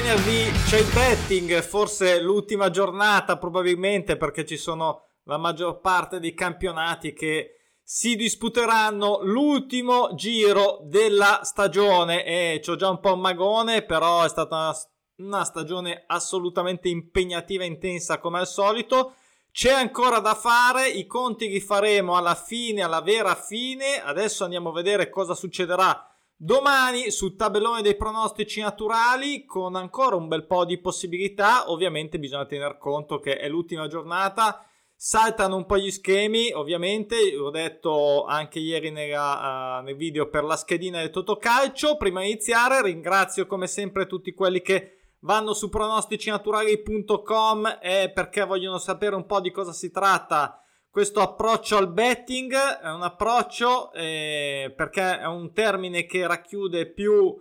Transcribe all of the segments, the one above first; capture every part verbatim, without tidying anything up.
venerdì c'è il betting, forse l'ultima giornata probabilmente, perché ci sono la maggior parte dei campionati che si disputeranno l'ultimo giro della stagione e c'ho già un po' un magone, però è stata una, una stagione assolutamente impegnativa e intensa come al solito. C'è ancora da fare, i conti li faremo alla fine, alla vera fine. Adesso andiamo a vedere cosa succederà domani sul tabellone dei pronostici naturali, con ancora un bel po' di possibilità. Ovviamente bisogna tener conto che è l'ultima giornata, saltano un po' gli schemi, ovviamente, l'ho detto anche ieri nella, uh, nel video per la schedina del Totocalcio. Prima di iniziare ringrazio come sempre tutti quelli che vanno su pronostici naturali punto com e perché vogliono sapere un po' di cosa si tratta questo approccio al betting. È un approccio eh, perché è un termine che racchiude più,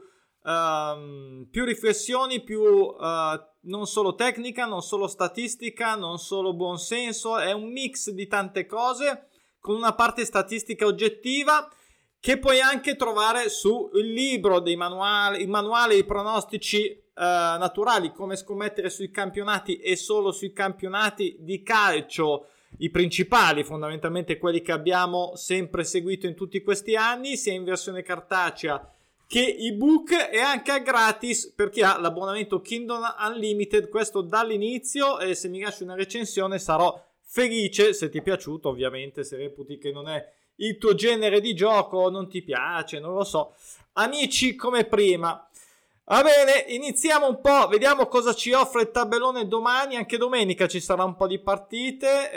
um, più riflessioni, più uh, non solo tecnica, non solo statistica, non solo buonsenso, è un mix di tante cose con una parte statistica oggettiva che puoi anche trovare sul libro dei manuali, il manuale dei pronostici Uh, naturali, come scommettere sui campionati e solo sui campionati di calcio, i principali, fondamentalmente quelli che abbiamo sempre seguito in tutti questi anni, sia in versione cartacea che ebook, e anche a gratis per chi ha l'abbonamento Kingdom Unlimited, questo dall'inizio. E se mi lasci una recensione sarò felice, se ti è piaciuto ovviamente. Se reputi che non è il tuo genere di gioco, non ti piace, non lo so, amici come prima. Va bene, iniziamo un po', vediamo cosa ci offre il tabellone domani. Anche domenica ci sarà un po' di partite.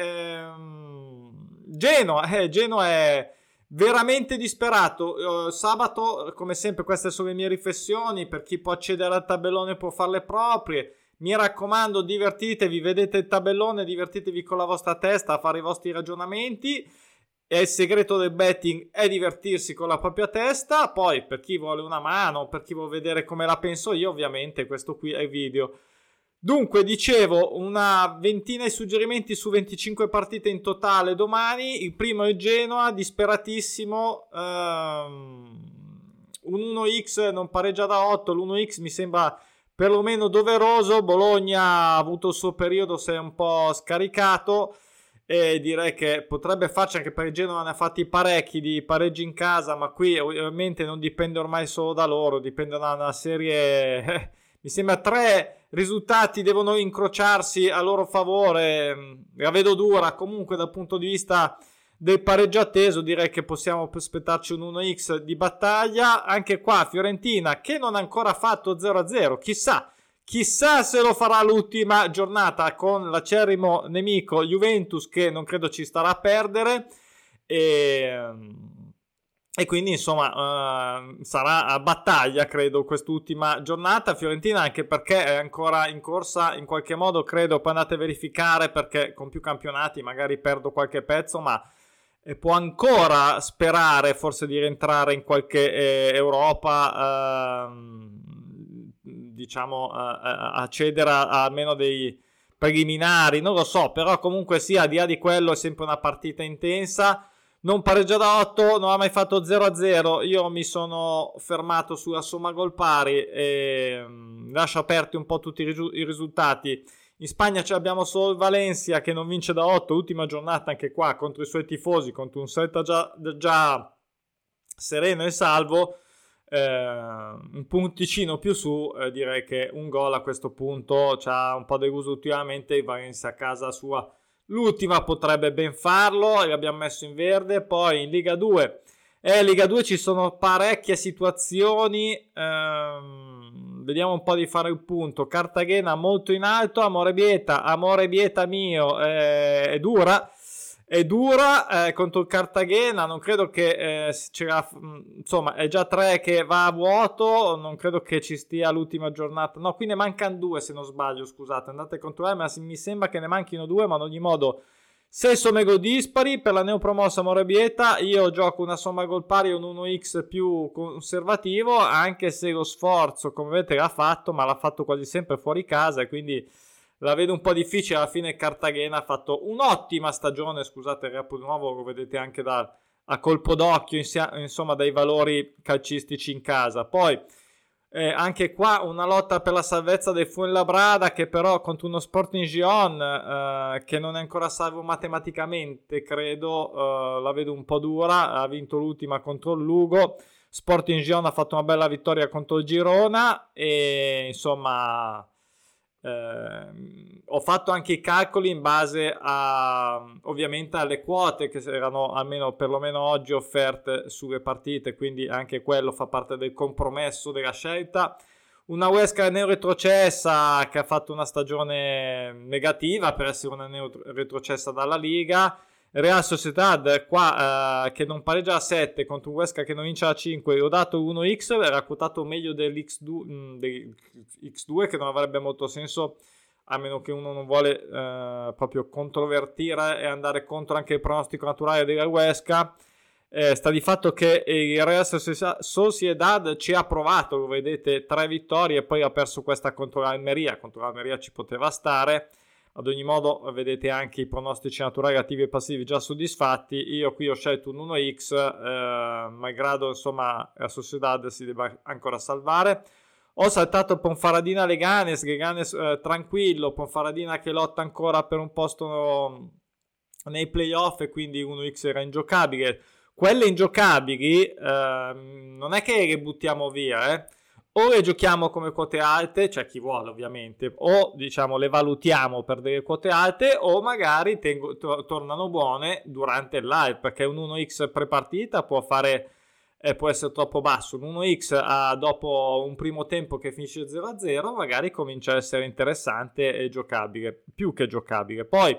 ehm, Genoa, eh, Genoa è veramente disperato. eh, Sabato, come sempre, queste sono le mie riflessioni, per chi può accedere al tabellone può farle proprie. Mi raccomando, divertitevi, vedete il tabellone, divertitevi con la vostra testa a fare i vostri ragionamenti. E il segreto del betting è divertirsi con la propria testa. Poi, per chi vuole una mano, per chi vuole vedere come la penso io, ovviamente questo qui è il video. Dunque, dicevo, una ventina di suggerimenti su venticinque partite in totale domani. Il primo è Genoa, disperatissimo, um, un uno x non pareggia da otto. L'uno x mi sembra perlomeno doveroso. Bologna ha avuto il suo periodo, si è un po' scaricato, e direi che potrebbe farci, anche per il Genoa ne ha fatti parecchi di pareggi in casa, ma qui ovviamente non dipende ormai solo da loro, dipende da una serie, eh, mi sembra tre risultati devono incrociarsi a loro favore. La vedo dura comunque dal punto di vista del pareggio atteso. Direi che possiamo aspettarci un uno x di battaglia. Anche qua Fiorentina che non ha ancora fatto zero a zero, chissà Chissà se lo farà l'ultima giornata con l'acerrimo nemico Juventus, che non credo ci starà a perdere, e, e quindi insomma uh, sarà a battaglia credo quest'ultima giornata. Fiorentina anche perché è ancora in corsa in qualche modo, credo, poi andate a verificare, perché con più campionati magari perdo qualche pezzo, ma può ancora sperare forse di rientrare in qualche eh, Europa, uh, diciamo uh, accedere a almeno dei preliminari, non lo so, però comunque sia, al di là di quello è sempre una partita intensa. Non pareggia da otto, non ha mai fatto zero a zero. Io mi sono fermato sulla somma gol pari e um, lascio aperti un po' tutti i, risu- i risultati. In Spagna ce l'abbiamo solo il Valencia che non vince da otto, ultima giornata anche qua contro i suoi tifosi, contro un Celta già, già sereno e salvo. Eh, un punticino più su, eh, direi che un gol a questo punto ci ha un po' deluso ultimamente. Il Valencia a casa sua l'ultima potrebbe ben farlo, e l'abbiamo messo in verde. Poi in Liga due eh, Liga due ci sono parecchie situazioni, ehm, vediamo un po' di fare il punto. Cartagena molto in alto, Amorebieta Amorebieta mio, eh, è dura È dura eh, contro il Cartagena. Non credo che eh, c'era, insomma è già tre che va a vuoto, non credo che ci stia l'ultima giornata. No, qui ne mancano due se non sbaglio, scusate, andate a controllare, ma mi sembra che ne manchino due. Ma in ogni modo sei somme gol dispari per la neopromossa Amorebieta. Io gioco una somma gol pari, un uno x più conservativo, anche se lo sforzo come vedete l'ha fatto, ma l'ha fatto quasi sempre fuori casa, e quindi la vedo un po' difficile. Alla fine Cartagena ha fatto un'ottima stagione, scusate il rap nuovo, lo vedete anche da, a colpo d'occhio, insomma, dai valori calcistici in casa. Poi Eh, anche qua una lotta per la salvezza del Fuenlabrada, che però contro uno Sporting Gijón eh, che non è ancora salvo matematicamente, credo, eh, la vedo un po' dura. Ha vinto l'ultima contro il Lugo. Sporting Gijón ha fatto una bella vittoria contro il Girona e insomma eh, ho fatto anche i calcoli in base a ovviamente alle quote che erano almeno perlomeno oggi offerte sulle partite, quindi anche quello fa parte del compromesso della scelta. Una Huesca neoretrocessa che ha fatto una stagione negativa per essere una neoretrocessa dalla Liga. Real Sociedad qua eh, che non pareggia a sette contro un Huesca che non vince a cinque. Ho dato uno x, era quotato meglio dell'X due, mh, dell'X due, che non avrebbe molto senso a meno che uno non vuole eh, proprio controvertire e andare contro anche il pronostico naturale della Huesca. Eh, sta di fatto che il Real Sociedad ci ha provato, lo vedete, tre vittorie e poi ha perso questa contro l'Almeria. Contro l'Almeria ci poteva stare. Ad ogni modo vedete anche i pronostici naturali attivi e passivi già soddisfatti. Io qui ho scelto un uno x, eh, malgrado insomma la Sociedad si debba ancora salvare. Ho saltato Ponfaradina Leganes, Leganes eh, tranquillo, Ponfaradina che lotta ancora per un posto nei playoff e quindi uno x era ingiocabile. Quelle ingiocabili eh, non è che le buttiamo via, eh. O le giochiamo come quote alte, cioè chi vuole ovviamente, o diciamo le valutiamo per delle quote alte, o magari tengo, to- tornano buone durante il live, perché un uno x pre-partita può fare eh, può essere troppo basso. Un uno x ah, dopo un primo tempo che finisce zero a zero magari comincia a essere interessante e giocabile, più che giocabile. Poi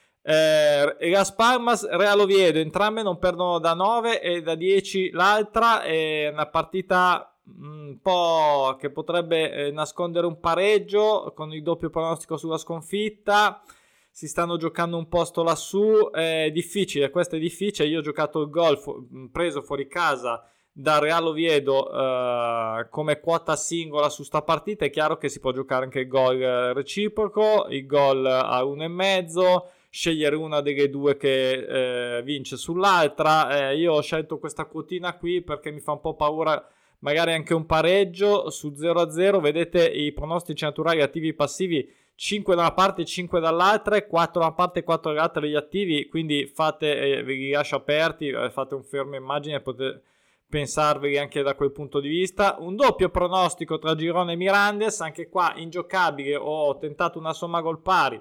eh, Las Palmas, Real Oviedo, entrambe non perdono da nove e da dieci l'altra, è una partita un po' che potrebbe eh, nascondere un pareggio con il doppio pronostico sulla sconfitta. Si stanno giocando un posto lassù, è difficile, questo è difficile. Io ho giocato il gol fu- preso fuori casa da Real Oviedo eh, come quota singola su sta partita. È chiaro che si può giocare anche il gol reciproco, il gol a uno e mezzo, scegliere una delle due che eh, vince sull'altra. Eh, io ho scelto questa quotina qui perché mi fa un po' paura magari anche un pareggio su zero a zero. Vedete i pronostici naturali attivi e passivi, cinque da una parte e cinque dall'altra, quattro da una parte e quattro dall'altra degli attivi, quindi fate, eh, vi lascio aperti, eh, fate un fermo immagine, potete pensarveli anche da quel punto di vista. Un doppio pronostico tra Girona e Mirandes, anche qua ingiocabile. Ho tentato una somma gol pari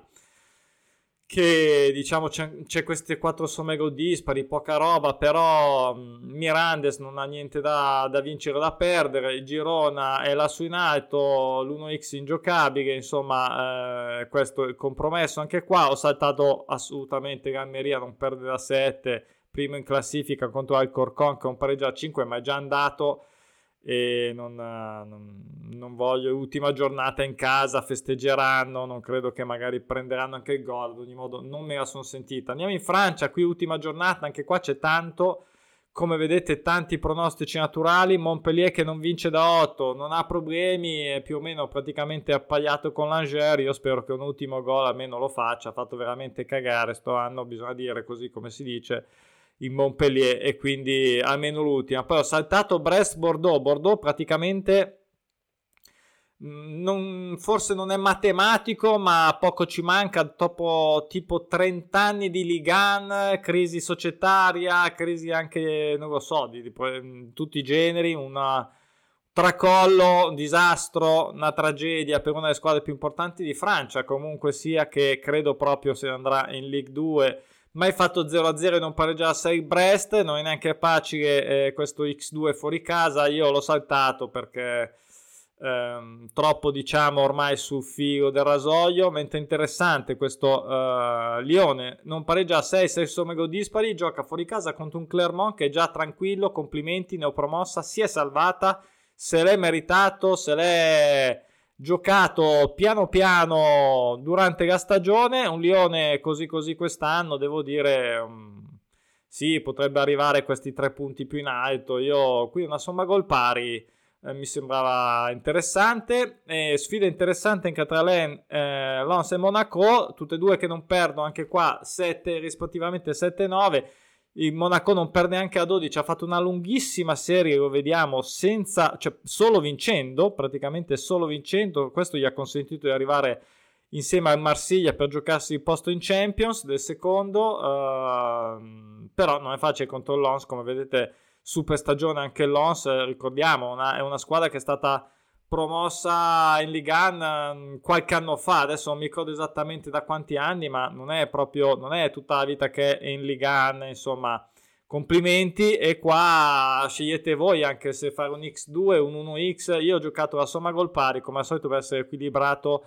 che diciamo c'è, c'è queste quattro somme gol dispari, poca roba, però Mirandes non ha niente da, da vincere o da perdere. Il Girona è lassù in alto, l'uno x ingiocabile, insomma eh, questo è il compromesso. Anche qua ho saltato assolutamente l'Almeria, non perde da sette, primo in classifica contro Alcorcón che un pareggio a cinque ma è già andato e non, non, non voglio. L'ultima giornata in casa, festeggeranno, non credo che magari prenderanno anche il gol. Ad ogni modo non me la sono sentita. Andiamo in Francia, qui ultima giornata, anche qua c'è tanto, come vedete tanti pronostici naturali. Montpellier che non vince da otto, non ha problemi, è più o meno praticamente appaiato con l'Angers. Io spero che un ultimo gol almeno lo faccia, ha fatto veramente cagare sto anno, bisogna dire così come si dice, in Montpellier, e quindi almeno l'ultima. Poi ho saltato Brest-Bordeaux. Bordeaux praticamente non, forse non è matematico, ma poco ci manca dopo tipo trenta anni di Ligue uno, crisi societaria, crisi anche, non lo so, di, di tutti i generi, una tracollo, un disastro, una tragedia per una delle squadre più importanti di Francia, comunque sia, che credo proprio se andrà in Ligue due. Mai fatto zero a zero e non pareggia a sei Brest, non è neanche facile eh, questo x due fuori casa. Io l'ho saltato perché ehm, troppo diciamo ormai sul filo del rasoio, mentre interessante questo eh, Lione non pareggia a sei, sei somme gol dispari, gioca fuori casa contro un Clermont che è già tranquillo, complimenti, neopromossa, si è salvata, se l'è meritato, se l'è giocato piano piano durante la stagione. Un Lione così così quest'anno, devo dire, um, sì, potrebbe arrivare a questi tre punti più in alto. Io qui una somma gol pari eh, mi sembrava interessante. E sfida interessante anche tra Lens, eh, Lens e Monaco, tutte e due che non perdono, anche qua sette rispettivamente sette nove. Il Monaco non perde neanche a dodici, ha fatto una lunghissima serie, lo vediamo, senza, cioè solo vincendo, praticamente solo vincendo. Questo gli ha consentito di arrivare insieme al Marsiglia per giocarsi il posto in Champions del secondo, uh, però non è facile contro il Lens, come vedete, super stagione anche il Lens, ricordiamo, una, è una squadra che è stata promossa in Ligue uno qualche anno fa, adesso non mi ricordo esattamente da quanti anni, ma non è proprio, non è tutta la vita che è in Ligue uno, insomma, complimenti. E qua scegliete voi anche se fare un ics due, un uno x. Io ho giocato la somma gol pari, come al solito, per essere equilibrato,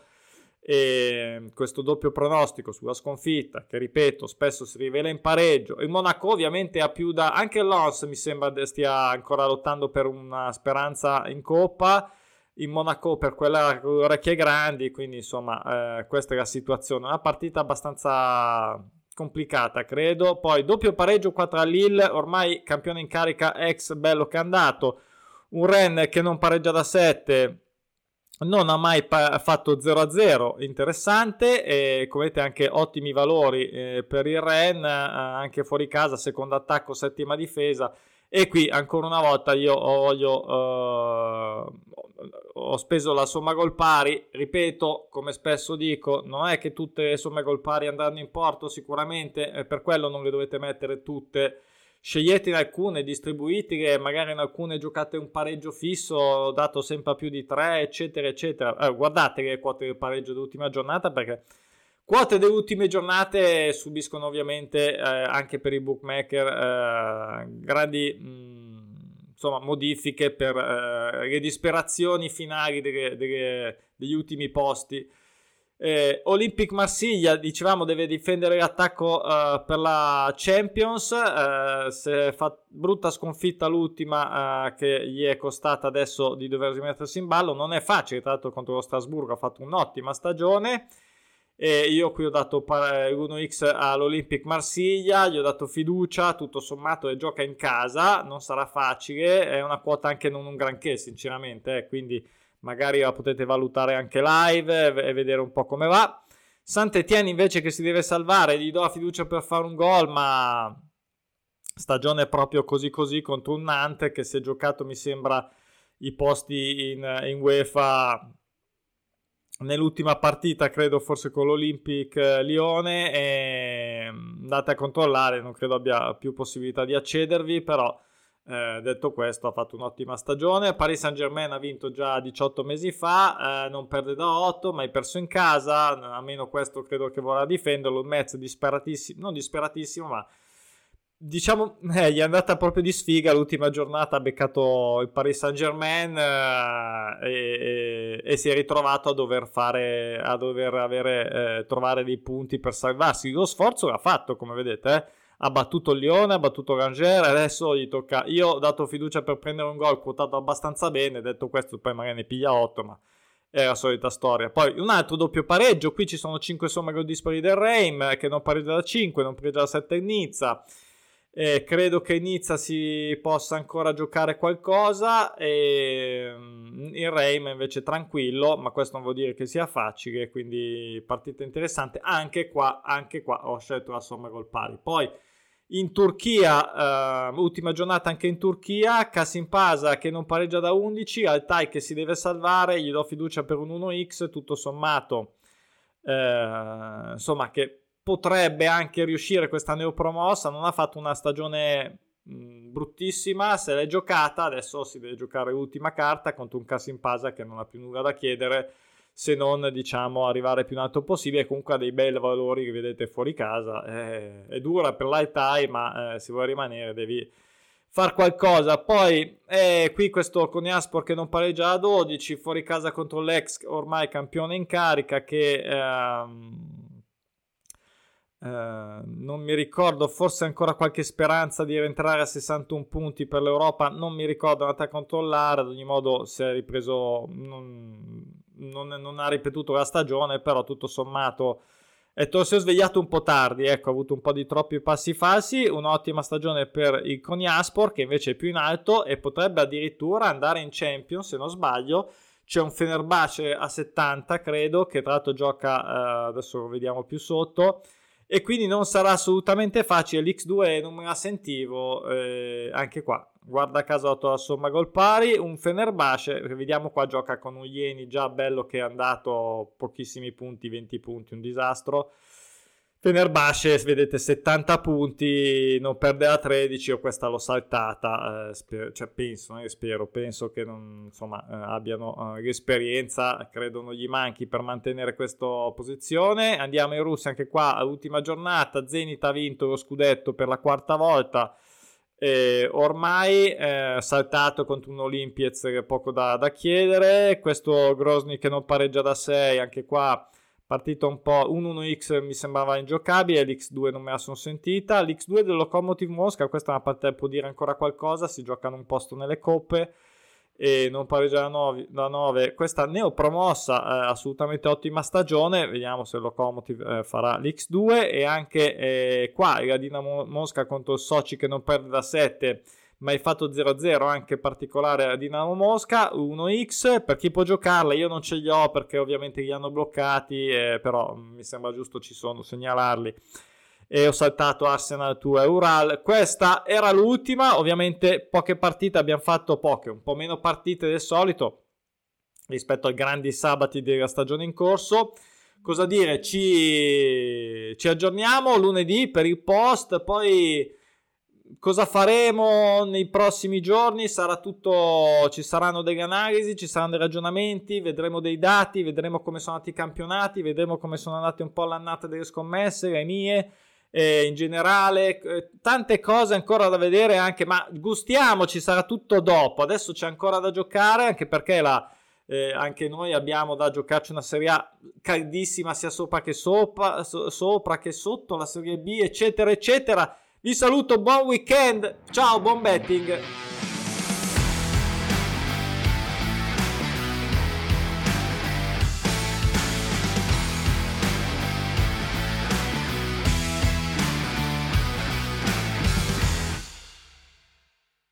e questo doppio pronostico sulla sconfitta, che ripeto spesso si rivela in pareggio. Il Monaco ovviamente ha più da, anche il Lens mi sembra stia ancora lottando per una speranza in Coppa, il Monaco per quelle orecchie grandi, quindi insomma eh, questa è la situazione, una partita abbastanza complicata credo. Poi doppio pareggio qua tra Lille, ormai campione in carica ex bello che è andato, un Rennes che non pareggia da sette, non ha mai pa- fatto zero a zero, interessante, e come vedete anche ottimi valori eh, per il Rennes, eh, anche fuori casa, secondo attacco, settima difesa. E qui ancora una volta io voglio eh, ho speso la somma gol pari, ripeto, come spesso dico, non è che tutte le somme gol pari andranno in porto, sicuramente, eh, per quello non le dovete mettere tutte. Sceglietene alcune, distribuitele, magari in alcune giocate un pareggio fisso dato sempre a più di tre, eccetera eccetera. Eh, guardate le quote del pareggio dell'ultima giornata, perché quote delle ultime giornate subiscono ovviamente eh, anche per i bookmaker eh, grandi mh, insomma modifiche per eh, le disperazioni finali delle, delle, degli ultimi posti. Eh, Olympique Marsiglia, dicevamo, deve difendere l'attacco uh, per la Champions, uh, se fa brutta sconfitta l'ultima uh, che gli è costata adesso di dover rimettersi in ballo. Non è facile, tra l'altro contro lo Strasburgo ha fatto un'ottima stagione, e io qui ho dato uno x all'Olympique Marsiglia, gli ho dato fiducia, tutto sommato, e gioca in casa, non sarà facile, è una quota anche non un granché sinceramente, eh, quindi magari la potete valutare anche live e vedere un po' come va. Saint-Étienne invece, che si deve salvare, gli do la fiducia per fare un gol, ma stagione proprio così così contro un Nantes che si è giocato, mi sembra, i posti in, in UEFA nell'ultima partita, credo forse con l'Olympique Lione, e andate a controllare, non credo abbia più possibilità di accedervi, però Eh, detto questo, ha fatto un'ottima stagione. Paris Saint-Germain ha vinto già diciotto mesi fa, eh, non perde da otto, ma hai perso in casa, almeno questo credo che vorrà difenderlo. Il Metz disperatissimo, non disperatissimo, ma diciamo eh, gli è andata proprio di sfiga l'ultima giornata, ha beccato il Paris Saint-Germain eh, e, e, e si è ritrovato a dover fare, a dover avere, eh, trovare dei punti per salvarsi. Lo sforzo l'ha fatto, come vedete, eh. Ha battuto il Lione, ha battuto Rangers, adesso gli tocca. Io ho dato fiducia per prendere un gol quotato abbastanza bene, detto questo poi magari ne piglia otto, ma è la solita storia. Poi un altro doppio pareggio, qui ci sono cinque somme gol dispari del Reims, che non pareggia da cinque, non pareggia da sette in Nizza. Eh, credo che in Nizza si possa ancora giocare qualcosa, e il Reims invece tranquillo, ma questo non vuol dire che sia facile, quindi partita interessante. Anche qua, anche qua ho scelto la somma gol pari. Poi in Turchia, uh, ultima giornata anche in Turchia, Kasimpasa che non pareggia da undici, Altay che si deve salvare, gli do fiducia per un uno x, tutto sommato, uh, insomma, che potrebbe anche riuscire questa neopromossa. Non ha fatto una stagione mh, bruttissima, se l'è giocata, adesso si deve giocare l'ultima carta contro un Kasimpasa che non ha più nulla da chiedere, se non, diciamo, arrivare più in alto possibile. Comunque ha dei bei valori che vedete fuori casa, eh, è dura per l'Altai, ma eh, se vuoi rimanere devi far qualcosa. Poi eh, qui questo Konyaspor che non pareggia a dodici, fuori casa contro l'ex ormai campione in carica, che ehm, eh, non mi ricordo, forse ancora qualche speranza di rientrare a sessantuno punti per l'Europa, non mi ricordo, andate a controllare. Ad ogni modo si è ripreso, non, non, non ha ripetuto la stagione, però tutto sommato è to- si è svegliato un po' tardi, ecco, ha avuto un po' di troppi passi falsi. Un'ottima stagione per il Konyaspor, che invece è più in alto e potrebbe addirittura andare in Champions, se non sbaglio. C'è un Fenerbahce a settanta, credo, che tra l'altro gioca, eh, adesso lo vediamo più sotto, e quindi non sarà assolutamente facile. L'X due non me la sentivo, eh, anche qua guarda caso la somma gol pari. Un Fenerbahce, vediamo qua, gioca con un Ieni già bello che è andato pochissimi punti, venti punti, un disastro. Fenerbahce, vedete, settanta punti, non perde a tredici, io questa l'ho saltata, eh, spero, cioè penso, eh, spero, penso che non, insomma, eh, abbiano eh, l'esperienza, credo non gli manchi per mantenere questa posizione. Andiamo in Russia, anche qua, all'ultima giornata, Zenit ha vinto lo scudetto per la quarta volta, eh, ormai eh, saltato contro un Olimpiez che è poco da, da chiedere. Questo Grozny che non pareggia da sei, anche qua partita un po', un uno X mi sembrava ingiocabile, l'X due non me la sono sentita. L'X due del Lokomotiv Mosca, questa è una partita che può dire ancora qualcosa, si giocano un posto nelle coppe e non pareggia da nove, questa neopromossa, eh, assolutamente ottima stagione. Vediamo se il Lokomotiv eh, farà l'X due. E anche eh, qua la Dinamo Mosca contro il Sochi che non perde da sette, ma hai fatto zero a zero, anche particolare a Dinamo Mosca. uno X per chi può giocarla, io non ce li ho perché ovviamente li hanno bloccati, eh, però mi sembra giusto, ci sono, segnalarli. E ho saltato Arsenal due Ural. Questa era l'ultima, ovviamente poche partite abbiamo fatto, poche, un po' meno partite del solito rispetto ai grandi sabati della stagione in corso. Cosa dire, ci, ci aggiorniamo lunedì per il post, poi cosa faremo nei prossimi giorni? Sarà tutto, ci saranno delle analisi, ci saranno dei ragionamenti, vedremo dei dati, vedremo come sono andati i campionati, vedremo come sono andate un po' l'annata delle scommesse, le mie, eh, in generale, eh, tante cose ancora da vedere anche, ma gustiamoci, sarà tutto dopo. Adesso c'è ancora da giocare, anche perché la, eh, anche noi abbiamo da giocarci una Serie A caldissima sia sopra che sopra, so, sopra che sotto, la Serie B, eccetera eccetera. Vi saluto, buon weekend, ciao, buon betting.